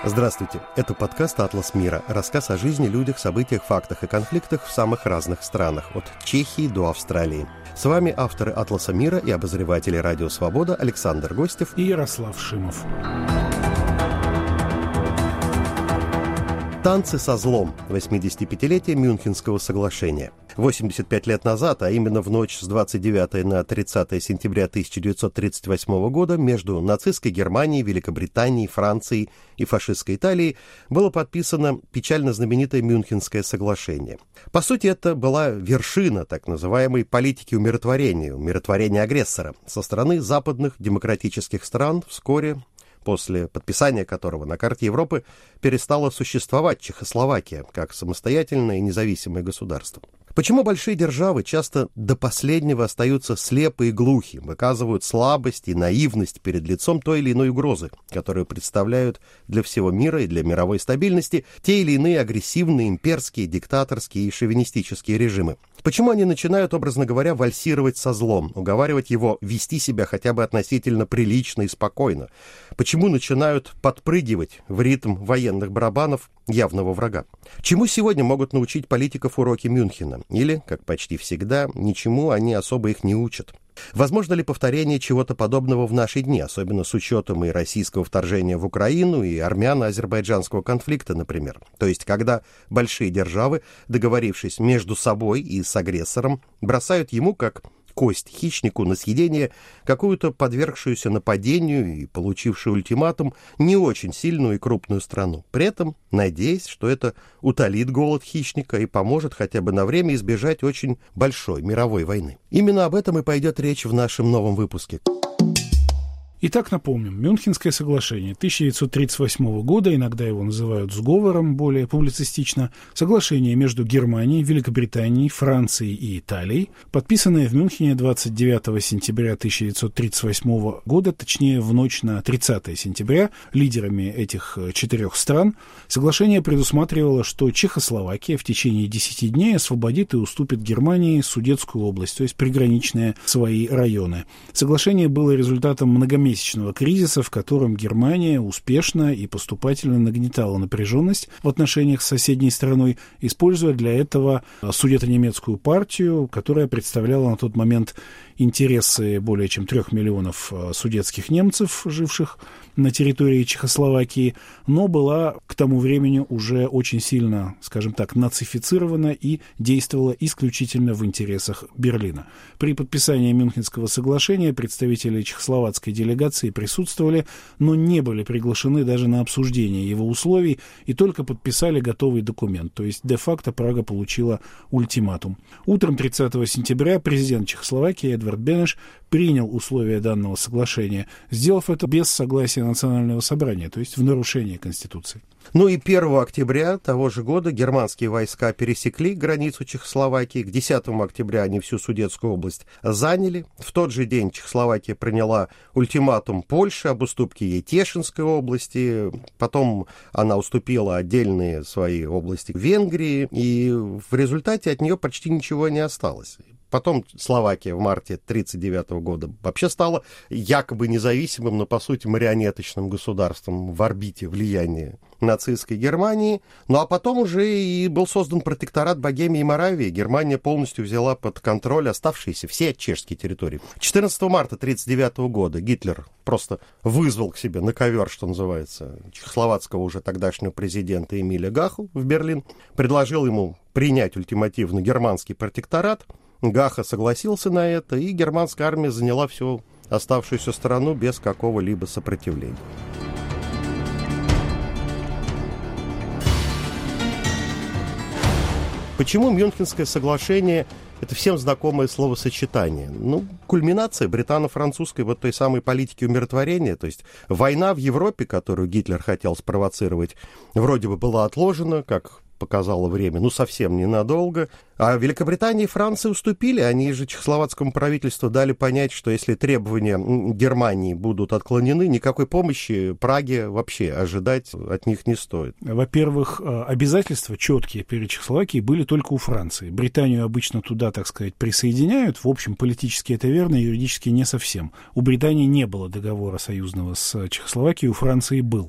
Здравствуйте, это подкаст «Атлас мира», рассказ о жизни, людях, событиях, фактах и конфликтах в самых разных странах, от Чехии до Австралии. С вами авторы «Атласа мира» и обозреватели «Радио Свобода» Александр Гостев и Ярослав Шимов. Танцы со злом. 85-летие Мюнхенского соглашения. 85 лет назад, а именно в ночь с 29 на 30 сентября 1938 года, между нацистской Германией, Великобританией, Францией и фашистской Италией было подписано печально знаменитое Мюнхенское соглашение. По сути, это была вершина так называемой политики умиротворения агрессора со стороны западных демократических стран, вскоре после подписания которого на карте Европы перестала существовать Чехословакия как самостоятельное и независимое государство. Почему большие державы часто до последнего остаются слепы и глухи, выказывают слабость и наивность перед лицом той или иной угрозы, которую представляют для всего мира и для мировой стабильности те или иные агрессивные, имперские, диктаторские и шовинистические режимы? Почему они начинают, образно говоря, вальсировать со злом, уговаривать его вести себя хотя бы относительно прилично и спокойно? Почему начинают подпрыгивать в ритм военных барабанов явного врага? Чему сегодня могут научить политиков уроки Мюнхена? Или, как почти всегда, ничему они особо их не учат. Возможно ли повторение чего-то подобного в наши дни, особенно с учетом и российского вторжения в Украину, и армяно-азербайджанского конфликта, например? То есть, когда большие державы, договорившись между собой и с агрессором, бросают ему, как кость хищнику на съедение, какую-то подвергшуюся нападению и получившую ультиматум не очень сильную и крупную страну. При этом надеясь, что это утолит голод хищника и поможет хотя бы на время избежать очень большой мировой войны. Именно об этом и пойдет речь в нашем новом выпуске. Итак, напомним, Мюнхенское соглашение 1938 года, иногда его называют сговором, более публицистично, соглашение между Германией, Великобританией, Францией и Италией, подписанное в Мюнхене 29 сентября 1938 года, точнее в ночь на 30 сентября, лидерами этих четырех стран. Соглашение предусматривало, что Чехословакия в течение 10 дней освободит и уступит Германии Судетскую область, то есть приграничные свои районы. Соглашение было результатом многомесячного кризиса, в котором Германия успешно и поступательно нагнетала напряженность в отношениях с соседней страной, используя для этого судето-немецкую партию, которая представляла на тот момент интересы более чем 3 миллионов судетских немцев, живших на территории Чехословакии, но была к тому времени уже очень сильно, скажем так, нацифицирована и действовала исключительно в интересах Берлина. При подписании Мюнхенского соглашения представители чехословацкой делегации присутствовали, но не были приглашены даже на обсуждение его условий и только подписали готовый документ, то есть де-факто Прага получила ультиматум. Утром 30 сентября президент Чехословакии Эдвард Бенеш принял условия данного соглашения, сделав это без согласия Национального собрания, то есть в нарушение Конституции. Ну и 1 октября того же года германские войска пересекли границу Чехословакии. К 10 октября они всю Судетскую область заняли. В тот же день Чехословакия приняла ультиматум Польши об уступке ей Тешинской области. Потом она уступила отдельные свои области Венгрии. И в результате от нее почти ничего не осталось. Потом Словакия в марте 1939 года вообще стала якобы независимым, но по сути марионеточным государством в орбите влияния нацистской Германии. Ну а потом уже и был создан протекторат Богемии и Моравии. Германия полностью взяла под контроль оставшиеся все чешские территории. 14 марта 1939 года Гитлер просто вызвал к себе на ковер, что называется, чехословацкого уже тогдашнего президента Эмиля Гаху в Берлин, предложил ему принять ультимативно германский протекторат. Гаха согласился на это, и германская армия заняла всю оставшуюся страну без какого-либо сопротивления. Почему Мюнхенское соглашение – это всем знакомое словосочетание? Ну, кульминация британо-французской вот той самой политики умиротворения, то есть война в Европе, которую Гитлер хотел спровоцировать, вроде бы была отложена, как показало время, совсем ненадолго. А Великобритания и Франция уступили. Они же чехословацкому правительству дали понять, что если требования Германии будут отклонены, никакой помощи Праге вообще ожидать от них не стоит. Во-первых, обязательства четкие перед Чехословакией были только у Франции. Британию обычно туда, так сказать, присоединяют. В общем, политически это верно, юридически не совсем. У Британии не было договора союзного с Чехословакией, у Франции был.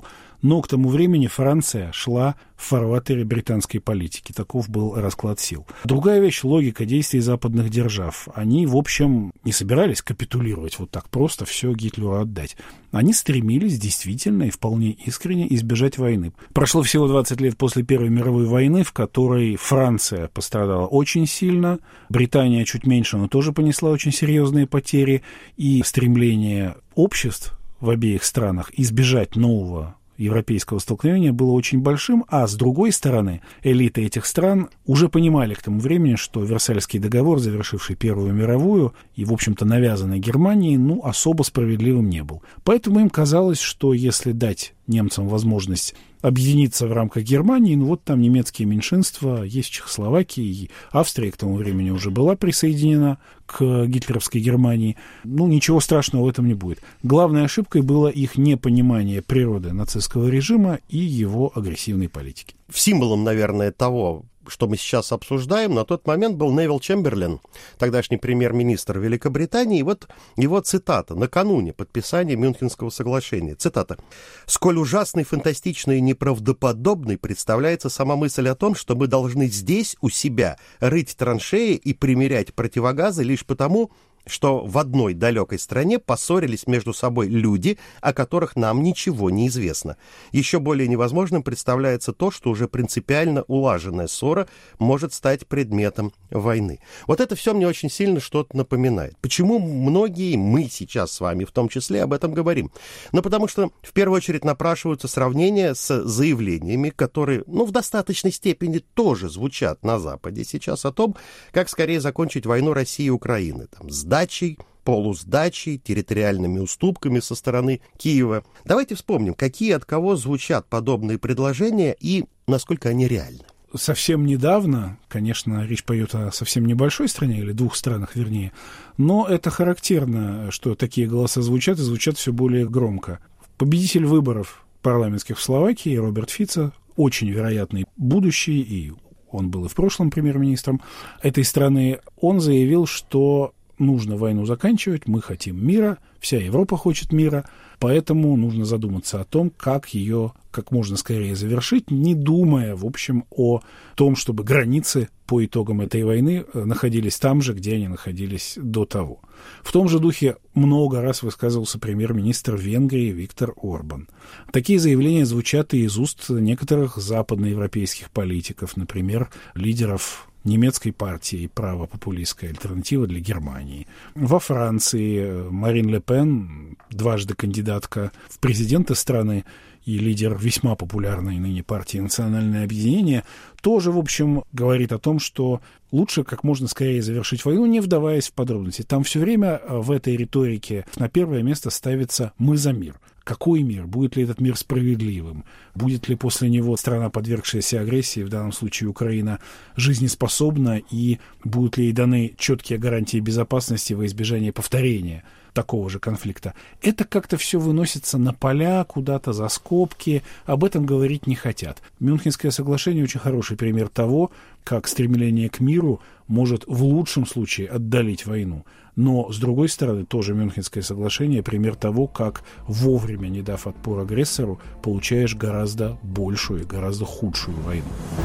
Но к тому времени Франция шла в фарватере британской политики. Таков был расклад сил. Другая вещь — логика действий западных держав. Они, в общем, не собирались капитулировать вот так просто, все Гитлеру отдать. Они стремились действительно и вполне искренне избежать войны. Прошло всего 20 лет после Первой мировой войны, в которой Франция пострадала очень сильно, Британия чуть меньше, но тоже понесла очень серьезные потери, и стремление обществ в обеих странах избежать нового европейского столкновения было очень большим, а с другой стороны, элиты этих стран уже понимали к тому времени, что Версальский договор, завершивший Первую мировую и, в общем-то, навязанный Германии, особо справедливым не был. Поэтому им казалось, что если дать немцам возможность объединиться в рамках Германии, там немецкие меньшинства есть в Чехословакии, и Австрия к тому времени уже была присоединена к гитлеровской Германии, ничего страшного в этом не будет. Главной ошибкой было их непонимание природы нацистского режима и его агрессивной политики. Символом, наверное, того, что мы сейчас обсуждаем, на тот момент был Невилл Чемберлен, тогдашний премьер-министр Великобритании. И вот его цитата накануне подписания Мюнхенского соглашения. Цитата. «Сколь ужасной, фантастичной и неправдоподобной представляется сама мысль о том, что мы должны здесь, у себя, рыть траншеи и примерять противогазы лишь потому, что в одной далекой стране поссорились между собой люди, о которых нам ничего не известно. Еще более невозможным представляется то, что уже принципиально улаженная ссора может стать предметом войны». Вот это все мне очень сильно что-то напоминает. Почему многие, мы сейчас с вами в том числе, об этом говорим? Потому что в первую очередь напрашиваются сравнения с заявлениями, которые, в достаточной степени тоже звучат на Западе сейчас, о том, как скорее закончить войну России и Украины. Сдачей, полусдачей, территориальными уступками со стороны Киева. Давайте вспомним, какие от кого звучат подобные предложения и насколько они реальны. Совсем недавно, конечно, речь пойдет о совсем небольшой стране, или двух странах, вернее, но это характерно, что такие голоса звучат, и звучат все более громко. Победитель выборов парламентских в Словакии Роберт Фицо, очень вероятный будущий, и он был и в прошлом премьер-министром этой страны, он заявил, что нужно войну заканчивать, мы хотим мира, вся Европа хочет мира, поэтому нужно задуматься о том, как ее как можно скорее завершить, не думая, в общем, о том, чтобы границы по итогам этой войны находились там же, где они находились до того. В том же духе много раз высказывался премьер-министр Венгрии Виктор Орбан. Такие заявления звучат и из уст некоторых западноевропейских политиков, например, лидеров немецкой партии правопопулистская альтернатива для Германии. Во Франции Марин Ле Пен, дважды кандидатка в президенты страны и лидер весьма популярной ныне партии «Национальное объединение», тоже, в общем, говорит о том, что лучше как можно скорее завершить войну, не вдаваясь в подробности. Там все время в этой риторике на первое место ставится «мы за мир». Какой мир? Будет ли этот мир справедливым? Будет ли после него страна, подвергшаяся агрессии, в данном случае Украина, жизнеспособна? И будут ли ей даны четкие гарантии безопасности во избежание повторения такого же конфликта? Это как-то все выносится на поля, куда-то за скобки. Об этом говорить не хотят. Мюнхенское соглашение очень хороший пример того, как стремление к миру может в лучшем случае отдалить войну. Но, с другой стороны, тоже Мюнхенское соглашение пример того, как вовремя, не дав отпор агрессору, получаешь гораздо большую, гораздо худшую войну.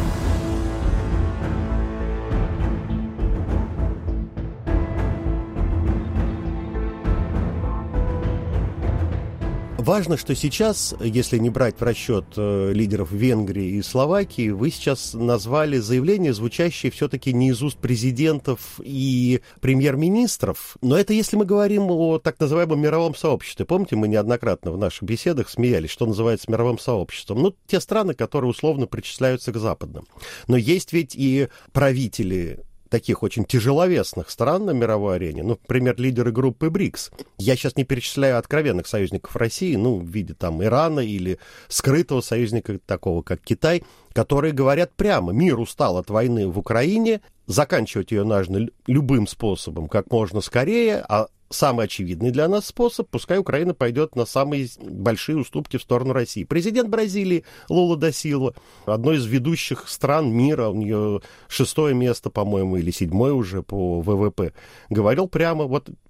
Важно, что сейчас, если не брать в расчет лидеров Венгрии и Словакии, вы сейчас назвали заявления, звучащие все-таки не из уст президентов и премьер-министров, но это если мы говорим о так называемом мировом сообществе. Помните, мы неоднократно в наших беседах смеялись, что называется мировым сообществом. Те страны, которые условно причисляются к западным. Но есть ведь и правители таких очень тяжеловесных стран на мировой арене, например, лидеры группы БРИКС. Я сейчас не перечисляю откровенных союзников России, в виде Ирана или скрытого союзника такого, как Китай, которые говорят прямо, мир устал от войны в Украине, заканчивать ее нужно любым способом, как можно скорее, а самый очевидный для нас способ, пускай Украина пойдет на самые большие уступки в сторону России. Президент Бразилии Лула да Силва, одной из ведущих стран мира, у нее 6-е место, по-моему, или 7-е уже по ВВП, говорил прямо,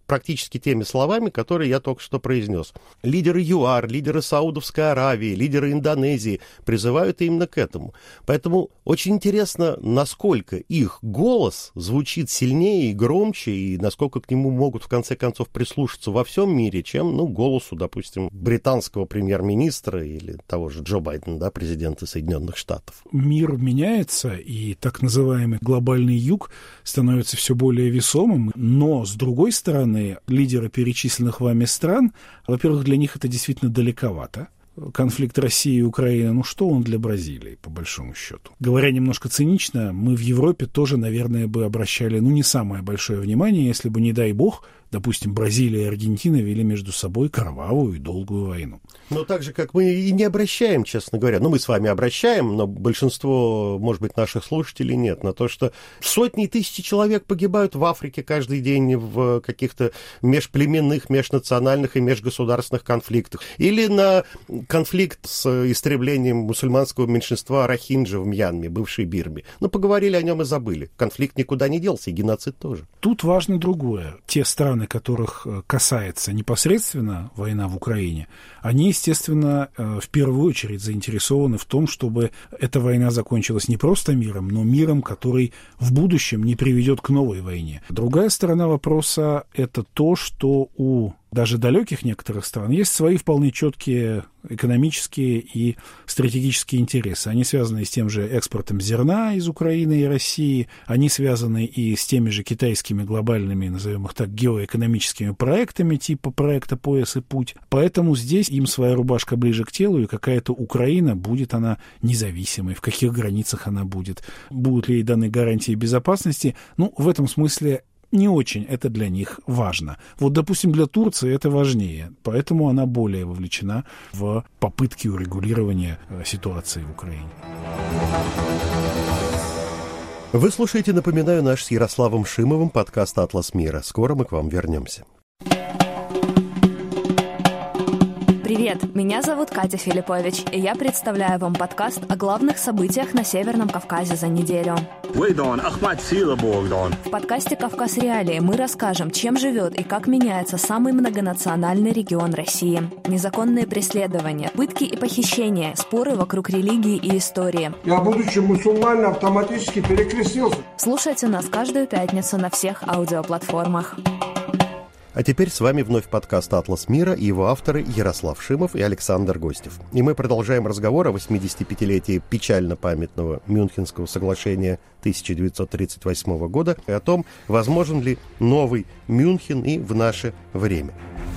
практически теми словами, которые я только что произнес. Лидеры ЮАР, лидеры Саудовской Аравии, лидеры Индонезии призывают именно к этому. Поэтому очень интересно, насколько их голос звучит сильнее и громче, и насколько к нему могут в конце концов прислушаться во всем мире, чем, голосу, допустим, британского премьер-министра или того же Джо Байдена, да, президента Соединенных Штатов. Мир меняется, и так называемый глобальный юг становится все более весомым, но, с другой стороны, лидеры перечисленных вами стран, во-первых, для них это действительно далековато. Конфликт России и Украины, что он для Бразилии, по большому счету? Говоря немножко цинично, мы в Европе тоже, наверное, бы обращали, не самое большое внимание, если бы, не дай бог, допустим, Бразилия и Аргентина вели между собой кровавую и долгую войну. Но так же, как мы и не обращаем, честно говоря, мы с вами обращаем, но большинство, может быть, наших слушателей нет, на то, что сотни тысяч человек погибают в Африке каждый день в каких-то межплеменных, межнациональных и межгосударственных конфликтах. Или на конфликт с истреблением мусульманского меньшинства рохинджа в Мьянме, бывшей Бирме. Поговорили о нем и забыли. Конфликт никуда не делся, и геноцид тоже. Тут важно другое. Те страны, которых касается непосредственно война в Украине, они, естественно, в первую очередь заинтересованы в том, чтобы эта война закончилась не просто миром, но миром, который в будущем не приведет к новой войне. Другая сторона вопроса – это то, что у даже далеких некоторых стран есть свои вполне четкие экономические и стратегические интересы. Они связаны с тем же экспортом зерна из Украины и России, они связаны и с теми же китайскими глобальными, назовем их так, геоэкономическими проектами типа проекта «Пояс и путь». Поэтому здесь им своя рубашка ближе к телу, и какая-то Украина, будет она независимой, в каких границах она будет, будут ли ей даны гарантии безопасности. В этом смысле не очень это для них важно. Допустим, для Турции это важнее, поэтому она более вовлечена в попытки урегулирования ситуации в Украине. Вы слушаете, напоминаю, наш с Ярославом Шимовым подкаст «Атлас мира». Скоро мы к вам вернемся. Привет, меня зовут Катя Филиппович, и я представляю вам подкаст о главных событиях на Северном Кавказе за неделю. В подкасте «Кавказ Реалии» мы расскажем, чем живет и как меняется самый многонациональный регион России. Незаконные преследования, пытки и похищения, споры вокруг религии и истории. Я, будучи мусульманином, автоматически перекрестился. Слушайте нас каждую пятницу на всех аудиоплатформах. А теперь с вами вновь подкаст «Атлас мира» и его авторы Ярослав Шимов и Александр Гостев. И мы продолжаем разговор о 85-летии печально памятного Мюнхенского соглашения 1938 года и о том, возможен ли новый Мюнхен и в наше время.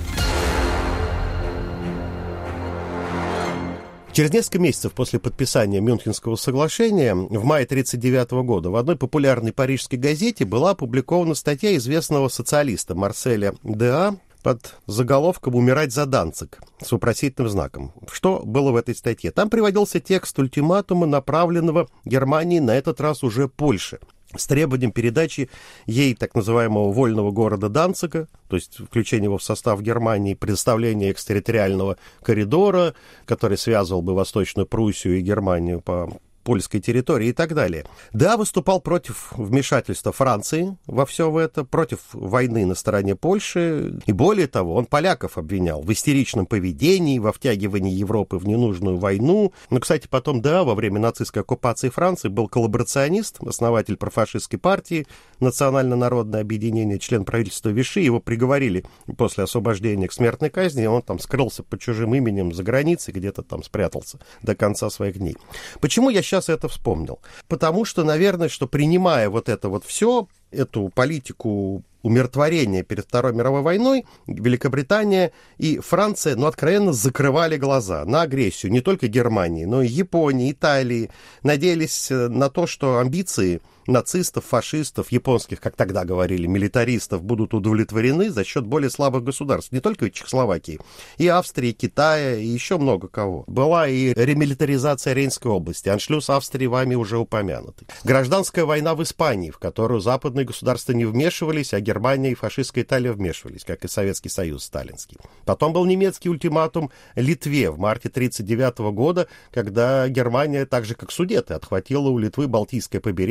Через несколько месяцев после подписания Мюнхенского соглашения, в мае 1939 года, в одной популярной парижской газете была опубликована статья известного социалиста Марселя Деа под заголовком «Умирать за Данциг» с вопросительным знаком. Что было в этой статье? Там приводился текст ультиматума, направленного Германии, на этот раз уже Польше, с требованием передачи ей так называемого вольного города Данцига, то есть включение его в состав Германии, предоставление экстерриториального коридора, который связывал бы Восточную Пруссию и Германию по польской территории и так далее. Да, выступал против вмешательства Франции во все это, против войны на стороне Польши. И более того, он поляков обвинял в истеричном поведении, во втягивании Европы в ненужную войну. Но, кстати, потом, да, во время нацистской оккупации Франции был коллаборационист, основатель профашистской партии, Национально-народное объединение, член правительства Виши. Его приговорили после освобождения к смертной казни. Он там скрылся под чужим именем за границей, где-то там спрятался до конца своих дней. Почему я сейчас это вспомнил? Потому что, наверное, что принимая вот это вот все, эту политику умиротворения перед Второй мировой войной, Великобритания и Франция, откровенно закрывали глаза на агрессию не только Германии, но и Японии, Италии, надеялись на то, что амбиции нацистов, фашистов, японских, как тогда говорили, милитаристов будут удовлетворены за счет более слабых государств, не только Чехословакии, и Австрии, Китая, и еще много кого. Была и ремилитаризация Рейнской области, аншлюз Австрии вами уже упомянутый. Гражданская война в Испании, в которую западные государства не вмешивались, а Германия и фашистская Италия вмешивались, как и Советский Союз сталинский. Потом был немецкий ультиматум Литве в марте 1939 года, когда Германия, так же как Судеты, отхватила у Литвы Балтийское побережье,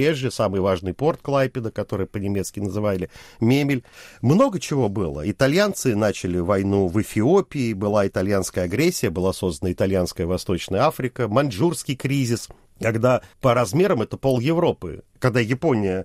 самый важный порт Клайпеда, который по-немецки называли Мемель. Много чего было. Итальянцы начали войну в Эфиопии, была итальянская агрессия, была создана итальянская Восточная Африка, маньчжурский кризис, когда по размерам это пол Европы. Когда Япония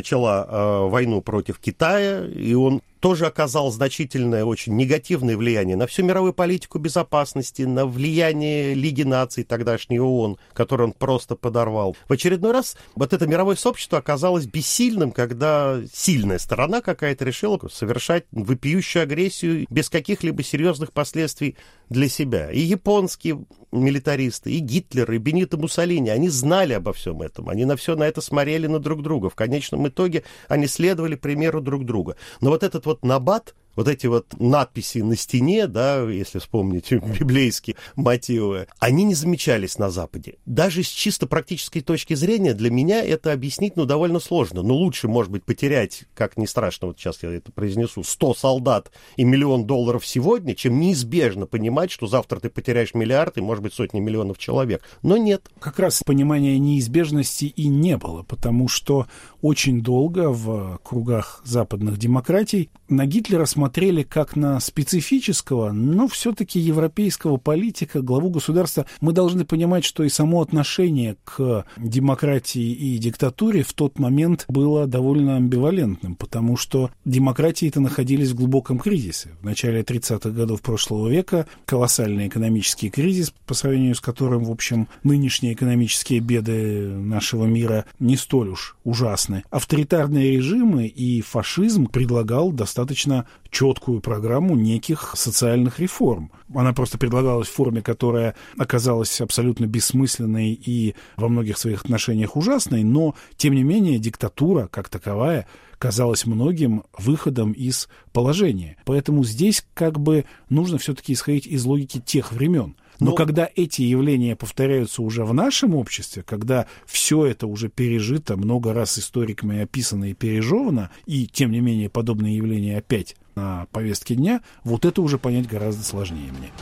начала войну против Китая, и он тоже оказал значительное, очень негативное влияние на всю мировую политику безопасности, на влияние Лиги наций, тогдашней ООН, которую он просто подорвал. В очередной раз вот это мировое сообщество оказалось бессильным, когда сильная сторона какая-то решила совершать вопиющую агрессию без каких-либо серьезных последствий для себя. И японские милитаристы, и Гитлер, и Бенито Муссолини, они знали обо всем этом, они на все на это смотрели на друг друга. В конечном итоге они следовали примеру друг друга. Но вот этот вот набат, вот эти вот надписи на стене, да, если вспомнить библейские мотивы, они не замечались на Западе. Даже с чисто практической точки зрения для меня это объяснить, довольно сложно. Но лучше, может быть, потерять, как ни страшно, вот сейчас я это произнесу, 100 солдат и $1 миллион сегодня, чем неизбежно понимать, что завтра ты потеряешь миллиард и, может быть, сотни миллионов человек. Но нет. Как раз понимания неизбежности и не было, потому что очень долго в кругах западных демократий на Гитлера смотрели как на специфического, но все-таки европейского политика, главу государства. Мы должны понимать, что и само отношение к демократии и диктатуре в тот момент было довольно амбивалентным, потому что демократии-то находились в глубоком кризисе. В начале 30-х годов прошлого века колоссальный экономический кризис, по сравнению с которым, в общем, нынешние экономические беды нашего мира не столь уж ужасны. Авторитарные режимы и фашизм предлагал достаточно четкую программу неких социальных реформ. Она просто предлагалась в форме, которая оказалась абсолютно бессмысленной и во многих своих отношениях ужасной, но, тем не менее, диктатура, как таковая, казалась многим выходом из положения. Поэтому здесь как бы нужно все-таки исходить из логики тех времен. Но когда эти явления повторяются уже в нашем обществе, когда все это уже пережито, много раз историками описано и пережевано, и, тем не менее, подобные явления опять на повестке дня, вот это уже понять гораздо сложнее мне.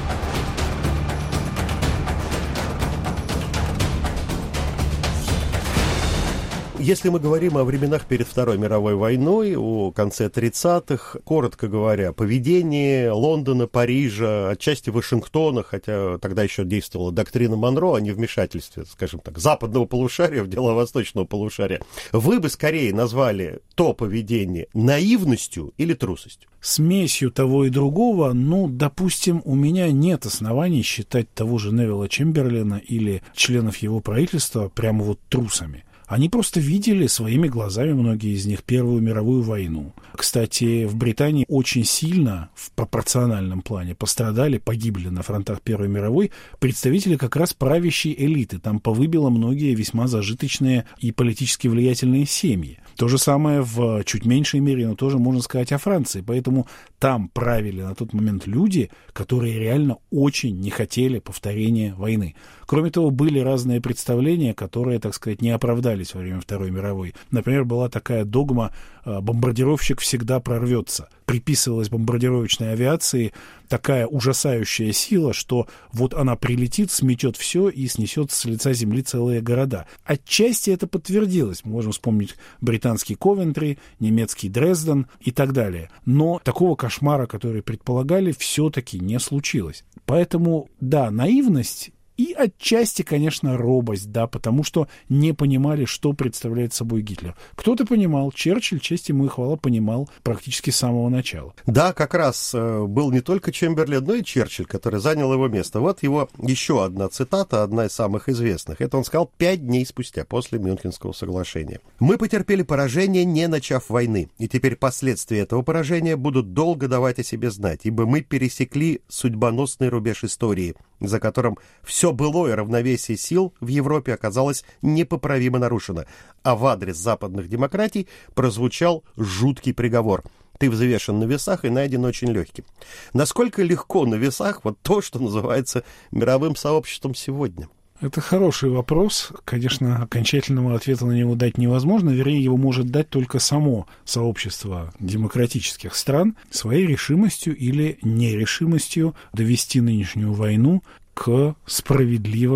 Если мы говорим о временах перед Второй мировой войной, о конце 30-х, коротко говоря, поведение Лондона, Парижа, отчасти Вашингтона, хотя тогда еще действовала доктрина Монро о невмешательстве, скажем так, западного полушария в дела восточного полушария, вы бы скорее назвали то поведение наивностью или трусостью? Смесью того и другого, допустим, у меня нет оснований считать того же Невилла Чемберлена или членов его правительства прямо вот трусами. Они просто видели своими глазами, многие из них, Первую мировую войну. Кстати, в Британии очень сильно в пропорциональном плане пострадали, погибли на фронтах Первой мировой представители как раз правящей элиты. Там повыбило многие весьма зажиточные и политически влиятельные семьи. То же самое в чуть меньшей мере, но тоже можно сказать о Франции. Поэтому там правили на тот момент люди, которые реально очень не хотели повторения войны. Кроме того, были разные представления, которые, так сказать, не оправдались во время Второй мировой. Например, была такая догма «бомбардировщик всегда прорвется». Приписывалась бомбардировочной авиации такая ужасающая сила, что вот она прилетит, сметет все и снесет с лица земли целые города. Отчасти это подтвердилось. Мы можем вспомнить британский Ковентри, немецкий Дрезден и так далее. Но такого кошмара, который предполагали, все-таки не случилось. Поэтому, да, наивность и отчасти, конечно, робость, да, потому что не понимали, что представляет собой Гитлер. Кто-то понимал, Черчилль, честь ему и хвала, понимал практически с самого начала. Да, как раз был не только Чемберлен, но и Черчилль, который занял его место. Вот его еще одна цитата, одна из самых известных. Это он сказал 5 дней спустя, после Мюнхенского соглашения. «Мы потерпели поражение, не начав войны, и теперь последствия этого поражения будут долго давать о себе знать, ибо мы пересекли судьбоносный рубеж истории, за которым все былое равновесие сил в Европе оказалось непоправимо нарушено, а в адрес западных демократий прозвучал жуткий приговор. Ты взвешен на весах и найден очень легким». Насколько легко на весах вот то, что называется мировым сообществом сегодня? Это хороший вопрос. Конечно, окончательного ответа на него дать невозможно. Вернее, его может дать только само сообщество демократических стран своей решимостью или нерешимостью довести нынешнюю войну к справедливому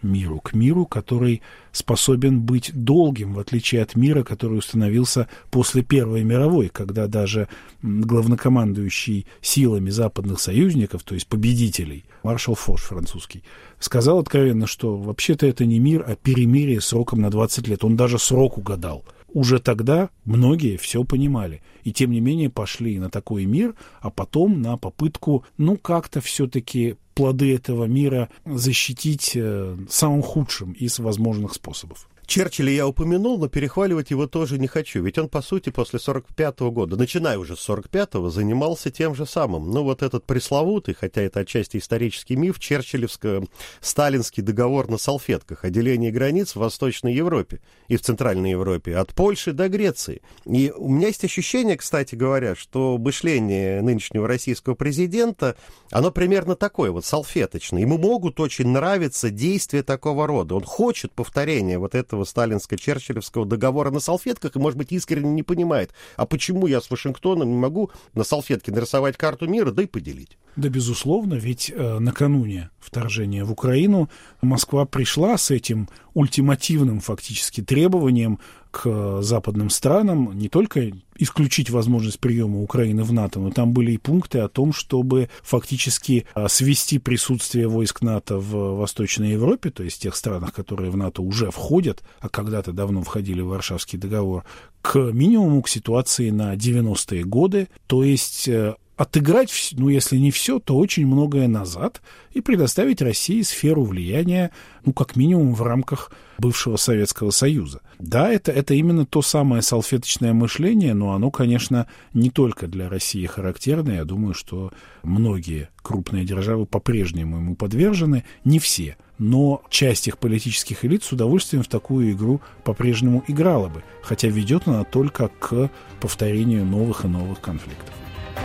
миру, к миру, который способен быть долгим, в отличие от мира, который установился после Первой мировой, когда даже главнокомандующий силами западных союзников, то есть победителей, маршал Фош французский, сказал откровенно, что вообще-то это не мир, а перемирие сроком на 20 лет. Он даже срок угадал. Уже тогда многие все понимали. И тем не менее пошли на такой мир, а потом на попытку, как-то все-таки плоды этого мира защитить самым худшим из возможных способов. Черчилля я упомянул, но перехваливать его тоже не хочу, ведь он, по сути, после 45-го года, начиная уже с 45-го, занимался тем же самым. Вот этот пресловутый, хотя это отчасти исторический миф, черчиллевско-сталинский договор на салфетках о делении границ в Восточной Европе и в Центральной Европе, от Польши до Греции. И у меня есть ощущение, кстати говоря, что мышление нынешнего российского президента, оно примерно такое, салфеточное. Ему могут очень нравиться действия такого рода. Он хочет повторения этого сталинско-черчиллевского договора на салфетках и, может быть, искренне не понимает, а почему я с Вашингтоном не могу на салфетке нарисовать карту мира, да и поделить. Да, безусловно, ведь накануне вторжения в Украину Москва пришла с этим ультимативным фактически требованием к западным странам не только исключить возможность приема Украины в НАТО, но там были и пункты о том, чтобы фактически свести присутствие войск НАТО в Восточной Европе, то есть в тех странах, которые в НАТО уже входят, а когда-то давно входили в Варшавский договор, к минимуму, к ситуации на 90-е годы, то есть отыграть, если не все, то очень многое назад и предоставить России сферу влияния, как минимум в рамках бывшего Советского Союза. Да, это именно то самое салфеточное мышление, но оно, конечно, не только для России характерно. Я думаю, что многие крупные державы по-прежнему ему подвержены, не все. Но часть их политических элит с удовольствием в такую игру по-прежнему играла бы, хотя ведет она только к повторению новых и новых конфликтов.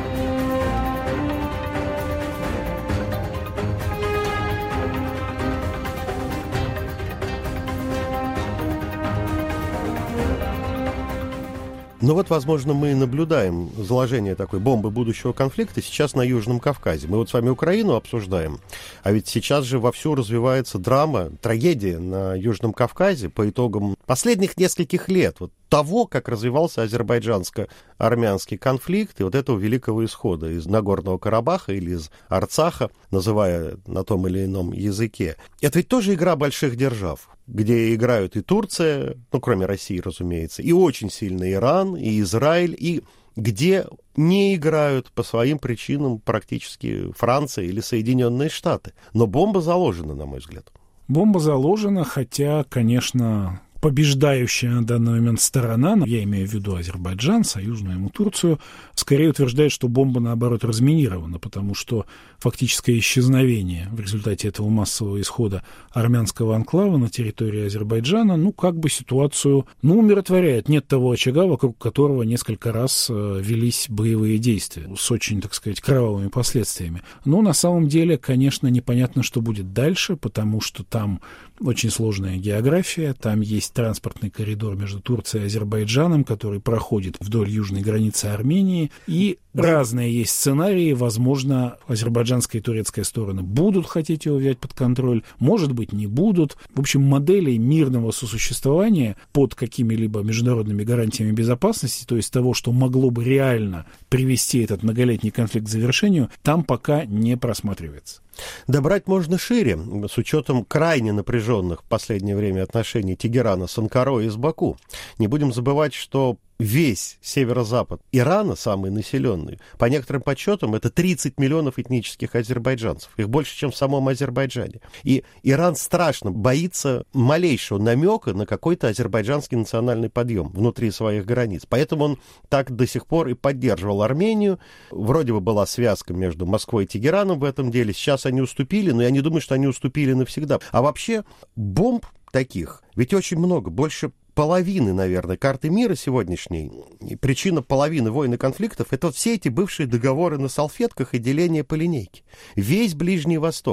Возможно, мы наблюдаем заложение такой бомбы будущего конфликта сейчас на Южном Кавказе. Мы с вами Украину обсуждаем, а ведь сейчас же вовсю развивается драма, трагедия на Южном Кавказе по итогам последних нескольких лет. Того, как развивался азербайджанско-армянский конфликт и этого великого исхода из Нагорного Карабаха или из Арцаха, называя на том или ином языке. Это ведь тоже игра больших держав, где играют и Турция, кроме России, разумеется, и очень сильно Иран, и Израиль, и где не играют по своим причинам практически Франция или Соединенные Штаты. Но бомба заложена, на мой взгляд. Бомба заложена, хотя, конечно, побеждающая на данный момент сторона, я имею в виду Азербайджан, союзную ему Турцию, скорее утверждает, что бомба, наоборот, разминирована, потому что фактическое исчезновение в результате этого массового исхода армянского анклава на территории Азербайджана, ситуацию, умиротворяет. Нет того очага, вокруг которого несколько раз велись боевые действия с очень, так сказать, кровавыми последствиями. Но на самом деле, конечно, непонятно, что будет дальше, потому что там очень сложная география, там есть транспортный коридор между Турцией и Азербайджаном, который проходит вдоль южной границы Армении, и разные есть сценарии. Возможно, азербайджанская и турецкая стороны будут хотеть его взять под контроль, может быть, не будут. В общем, моделей мирного сосуществования под какими-либо международными гарантиями безопасности, то есть того, что могло бы реально привести этот многолетний конфликт к завершению, там пока не просматривается. Да брать можно шире, с учетом крайне напряженных в последнее время отношений Тегерана с Анкарой и с Баку. Не будем забывать, что весь северо-запад Ирана, самый населенный, по некоторым подсчетам, это 30 миллионов этнических азербайджанцев. Их больше, чем в самом Азербайджане. И Иран страшно боится малейшего намека на какой-то азербайджанский национальный подъем внутри своих границ. Поэтому он так до сих пор и поддерживал Армению. Вроде бы была связка между Москвой и Тегераном в этом деле. Сейчас они уступили, но я не думаю, что они уступили навсегда. А вообще бомб таких ведь очень много, больше половины, наверное, карты мира сегодняшней, причина половины войн и конфликтов, это все эти бывшие договоры на салфетках и деление по линейке. Весь Ближний Восток.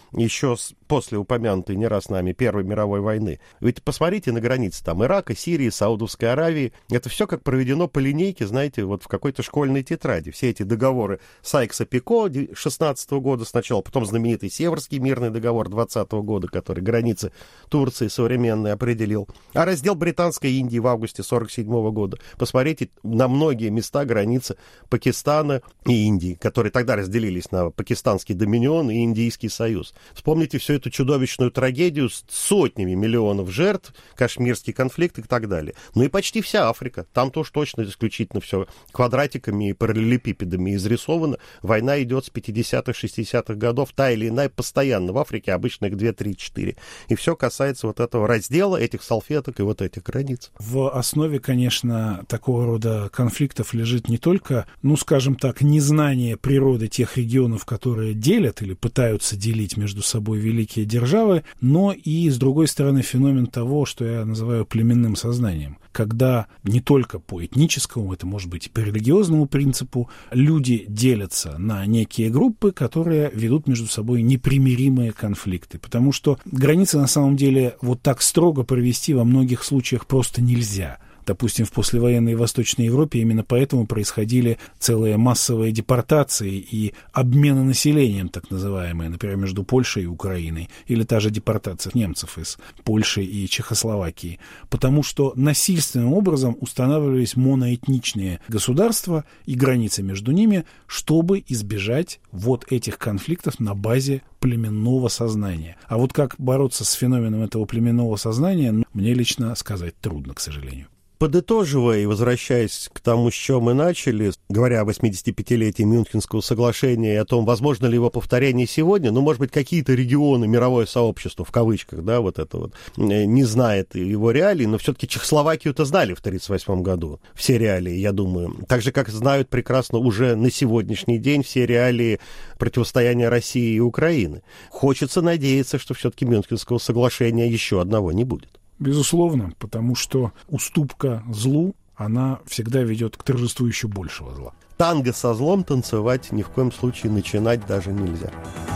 еще после упомянутой не раз нами Первой мировой войны. Ведь посмотрите на границы там Ирака, Сирии, Саудовской Аравии. Это все как проведено по линейке, знаете, вот в какой-то школьной тетради. Все эти договоры Сайкса-Пико 16 года сначала, потом знаменитый Северский мирный договор 20 года, который границы Турции современные определил. А раздел Британской Индии в августе 47 года. Посмотрите на многие места границы Пакистана и Индии, которые тогда разделились на Пакистанский доминион и Индийский союз. Вспомните всю эту чудовищную трагедию с сотнями миллионов жертв, Кашмирский конфликт и так далее. Ну и почти вся Африка. Там тоже точно исключительно все квадратиками и параллелепипедами изрисовано. Война идет с 50-х, 60-х годов, та или иная, постоянно в Африке, обычно их 2, 3, 4. И все касается вот этого раздела, этих салфеток и вот этих границ. В основе, конечно, такого рода конфликтов лежит не только, ну, скажем так, незнание природы тех регионов, которые делят или пытаются делить между собой великие державы, но и, с другой стороны, феномен того, что я называю племенным сознанием. Когда не только по этническому, это может быть и по религиозному принципу, люди делятся на некие группы, которые ведут между собой непримиримые конфликты. Потому что границы на самом деле вот так строго провести во многих случаях просто нельзя. Допустим, в послевоенной Восточной Европе именно поэтому происходили целые массовые депортации и обмены населением, так называемые, например, между Польшей и Украиной, или та же депортация немцев из Польши и Чехословакии, потому что насильственным образом устанавливались моноэтничные государства и границы между ними, чтобы избежать вот этих конфликтов на базе племенного сознания. А вот как бороться с феноменом этого племенного сознания, мне лично сказать трудно, к сожалению. Подытоживая и возвращаясь к тому, с чем мы начали, говоря о 85-летии Мюнхенского соглашения и о том, возможно ли его повторение сегодня, ну, может быть, какие-то регионы, мировое сообщество, в кавычках, да, вот это вот, не знает его реалий, но все-таки Чехословакию-то знали в 1938 году, все реалии, я думаю. Так же, как знают прекрасно уже на сегодняшний день все реалии противостояния России и Украины. Хочется надеяться, что все-таки Мюнхенского соглашения еще одного не будет. Безусловно, потому что уступка злу, она всегда ведет к торжеству еще большего зла. Танго со злом танцевать ни в коем случае начинать даже нельзя.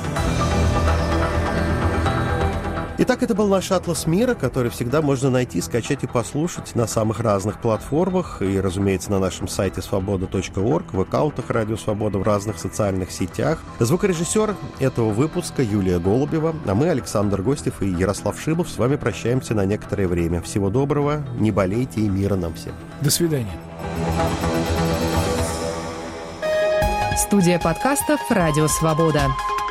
Итак, это был наш «Атлас мира», который всегда можно найти, скачать и послушать на самых разных платформах и, разумеется, на нашем сайте svoboda.org, в аккаунтах «Радио Свобода», в разных социальных сетях. Звукорежиссер этого выпуска Юлия Голубева, а мы, Александр Гостев и Ярослав Шилов, с вами прощаемся на некоторое время. Всего доброго, не болейте и мира нам всем. До свидания. Студия подкастов «Радио Свобода».